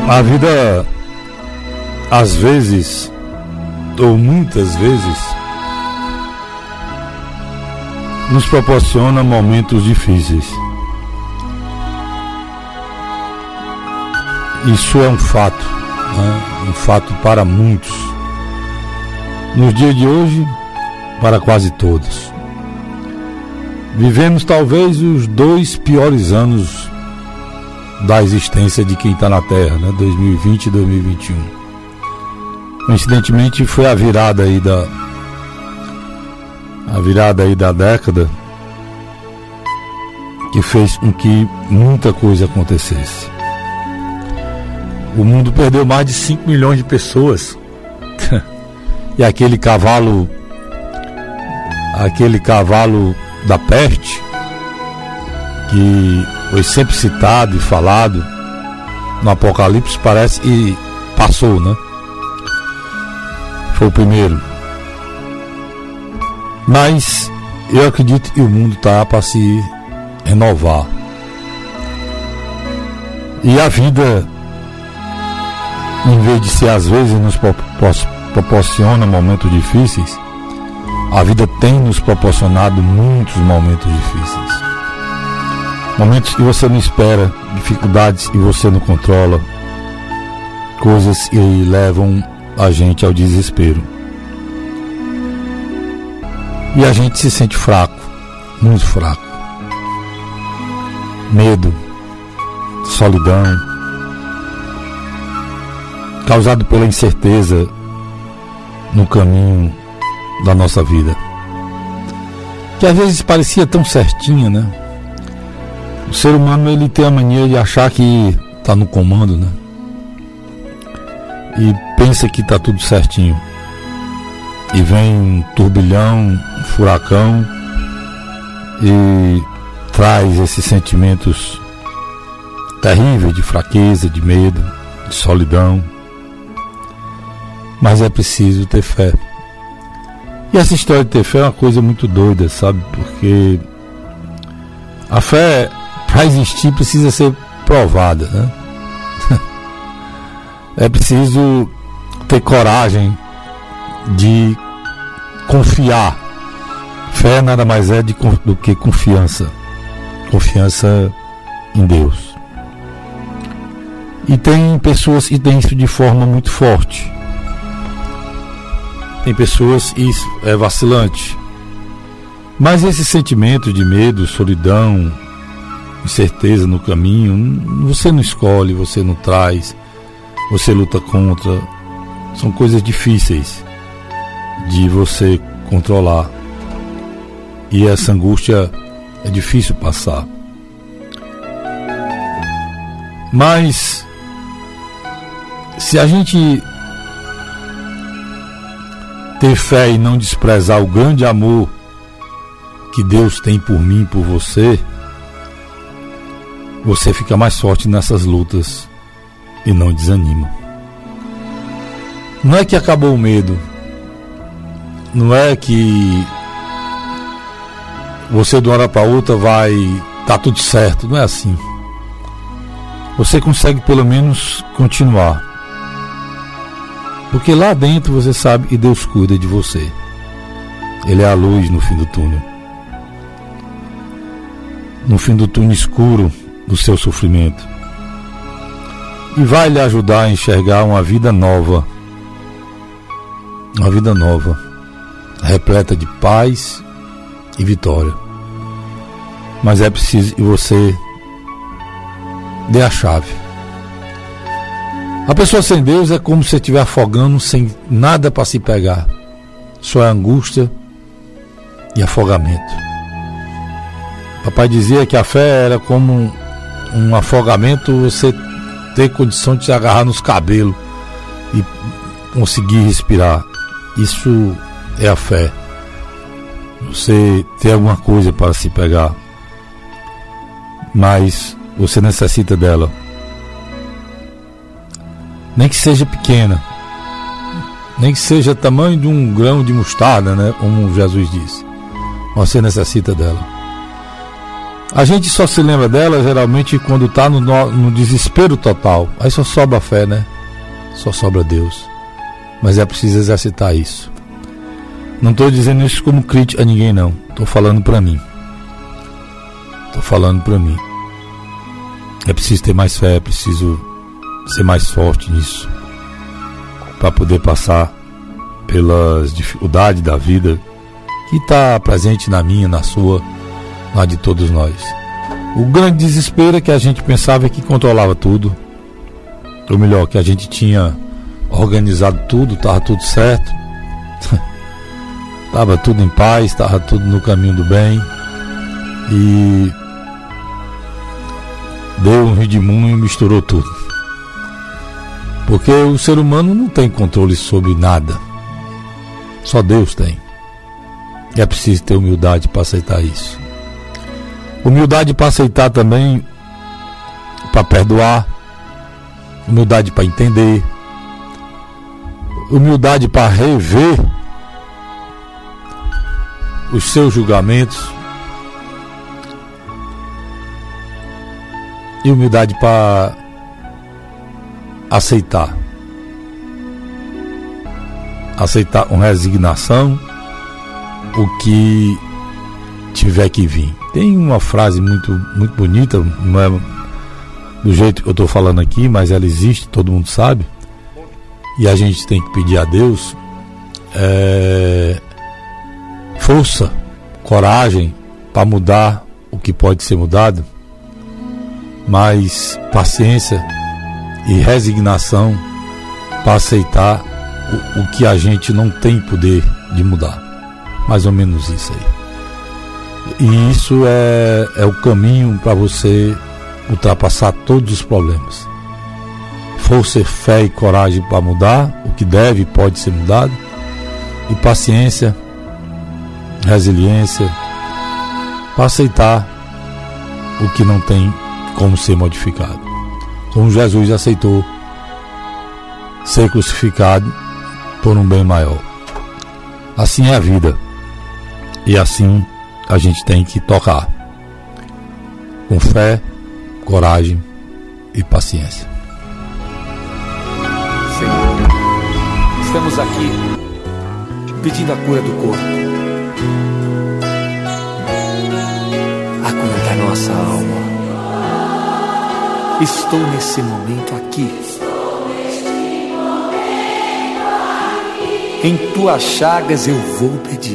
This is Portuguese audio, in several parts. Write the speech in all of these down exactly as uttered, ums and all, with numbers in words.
A vida, às vezes, ou muitas vezes, nos proporciona momentos difíceis. Isso é um fato, né? Um fato para muitos. Nos dias de hoje, para quase todos. Vivemos talvez os dois piores anos da existência de quem está na Terra, né? dois mil e vinte e dois mil e vinte e um. Coincidentemente foi a virada aí da a virada aí da década que fez com que muita coisa acontecesse. O mundo perdeu mais de cinco milhões de pessoas. E aquele cavalo aquele cavalo da peste, que foi sempre citado e falado no Apocalipse, parece, e passou, né? Foi o primeiro. Mas eu acredito que o mundo está para se renovar. E a vida, em vez de ser às vezes nos proporciona momentos difíceis, a vida tem nos proporcionado muitos momentos difíceis. Momentos que você não espera, dificuldades que você não controla, coisas que levam a gente ao desespero. E a gente se sente fraco, muito fraco. Medo, solidão, causado pela incerteza no caminho da nossa vida, que às vezes parecia tão certinha, né? O ser humano, ele tem a mania de achar que está no comando, né? E pensa que está tudo certinho. E vem um turbilhão, um furacão, e traz esses sentimentos terríveis de fraqueza, de medo, de solidão. Mas é preciso ter fé. E essa história de ter fé é uma coisa muito doida, sabe? Porque a fé, para existir, precisa ser provada, né? É preciso ter coragem de confiar. Fé nada mais é de, do que confiança. Confiança em Deus. E tem pessoas que têm isso de forma muito forte. Tem pessoas que isso é vacilante. Mas esse sentimento de medo, solidão, incerteza no caminho, você não escolhe, você não traz, você luta contra. São coisas difíceis de você controlar. E essa angústia é difícil passar. Mas se a gente ter fé e não desprezar o grande amor que Deus tem por mim e por você, você fica mais forte nessas lutas e não desanima. Não é que acabou o medo, não é que você de uma hora para outra vai tá tudo certo, não é assim. Você consegue pelo menos continuar. Porque lá dentro você sabe que Deus cuida de você. Ele é a luz no fim do túnel. No fim do túnel escuro do seu sofrimento. E vai lhe ajudar a enxergar uma vida nova. Uma vida nova. Repleta de paz e vitória. Mas é preciso que você dê a chave. A pessoa sem Deus é como se estiver afogando sem nada para se pegar. Só é angústia e afogamento. Papai dizia que a fé era como um, um afogamento, você ter condição de se agarrar nos cabelos e conseguir respirar. Isso é a fé. Você ter alguma coisa para se pegar, mas você necessita dela. Nem que seja pequena, nem que seja tamanho de um grão de mostarda, né? Como Jesus disse. Você necessita dela. A gente só se lembra dela geralmente quando está no, no desespero total. Aí só sobra a fé, né? Só sobra Deus. Mas é preciso exercitar isso. Não estou dizendo isso como crítica a ninguém, não. Estou falando para mim. Estou falando para mim. É preciso ter mais fé, é preciso ser mais forte nisso, para poder passar pelas dificuldades da vida que está presente na minha, na sua, na de todos nós. O grande desespero é que a gente pensava que controlava tudo, ou melhor, que a gente tinha organizado tudo, estava tudo certo, estava tudo em paz, estava tudo no caminho do bem, e deu um redemoinho e misturou tudo. Porque o ser humano não tem controle sobre nada, só Deus tem. E é preciso ter humildade para aceitar isso. Humildade para aceitar também, para perdoar, humildade para entender, humildade para rever os seus julgamentos e humildade para aceitar. Aceitar com resignação o que tiver que vir. Tem uma frase muito, muito bonita, não é do jeito que eu estou falando aqui, mas ela existe, todo mundo sabe, e a gente tem que pedir a Deus é, força, coragem para mudar o que pode ser mudado, mas paciência e resignação para aceitar o, o que a gente não tem poder de mudar. Mais ou menos isso aí. E isso é, é o caminho para você ultrapassar todos os problemas. Força, fé e coragem para mudar o que deve e pode ser mudado, e paciência, resiliência para aceitar o que não tem como ser modificado. Como Jesus aceitou ser crucificado por um bem maior. Assim é a vida. E assim a gente tem que tocar. Com fé, coragem e paciência. Senhor, estamos aqui pedindo a cura do corpo, a cura da nossa alma. Estou nesse momento aqui, em tuas chagas eu vou pedir.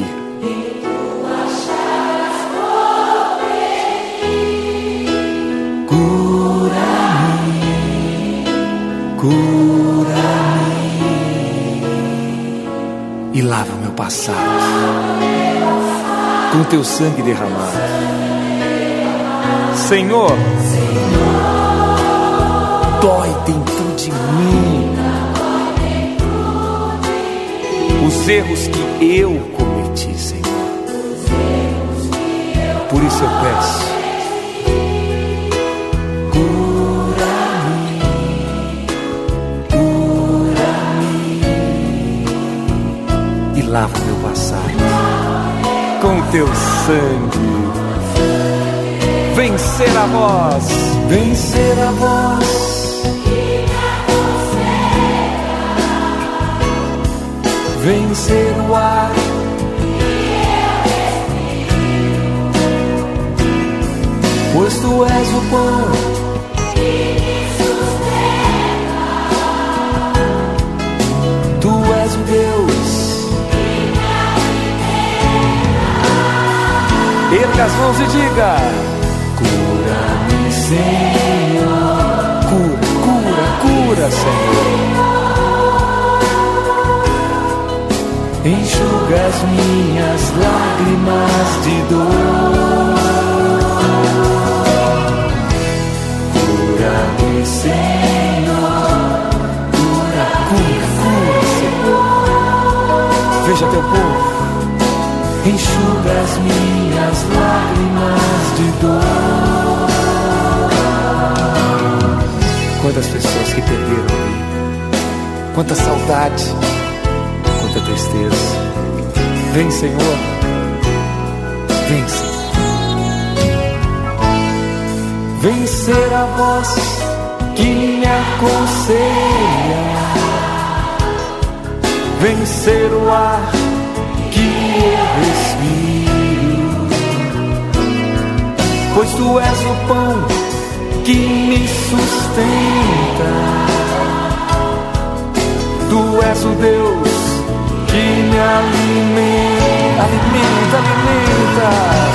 E lava meu passado com teu sangue derramado. Senhor, dói dentro de mim os erros que eu cometi, Senhor. Por isso eu peço, lava meu passado com teu sangue. Vencer a voz, vencer a voz, vencer o ar, pois tu és o pão que me sustenta, tu és o Deus. Erga as mãos e diga: cura-me, Senhor. Cura, cura, cura, Senhor. Enxuga as minhas lágrimas de dor. Cura-me, Senhor. Cura, cura, cura, Senhor. Veja teu povo. Enxuga as minhas lágrimas de dor. Quantas pessoas que perderam alguém, quanta saudade, quanta tristeza. Vem, Senhor, vem, Senhor. vencer a voz que me aconselha, vencer o ar que eu respiro, pois tu és o pão que me sustenta, tu és o Deus que me alimenta, alimenta, alimenta.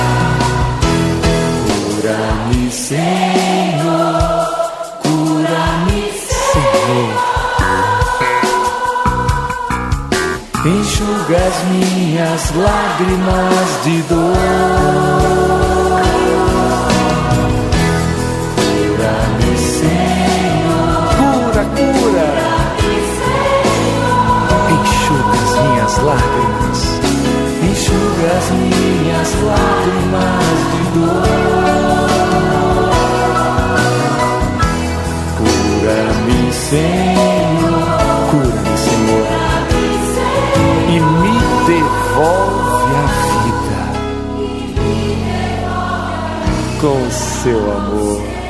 Cura-me, Senhor, cura-me, Senhor, enxuga as minhas lágrimas de dor. Cura-me, Senhor, cura, cura, enxuga as minhas lágrimas, enxuga as minhas lágrimas de dor. Cura-me, Senhor, cura-me, Senhor, e me devolve a vida com seu amor.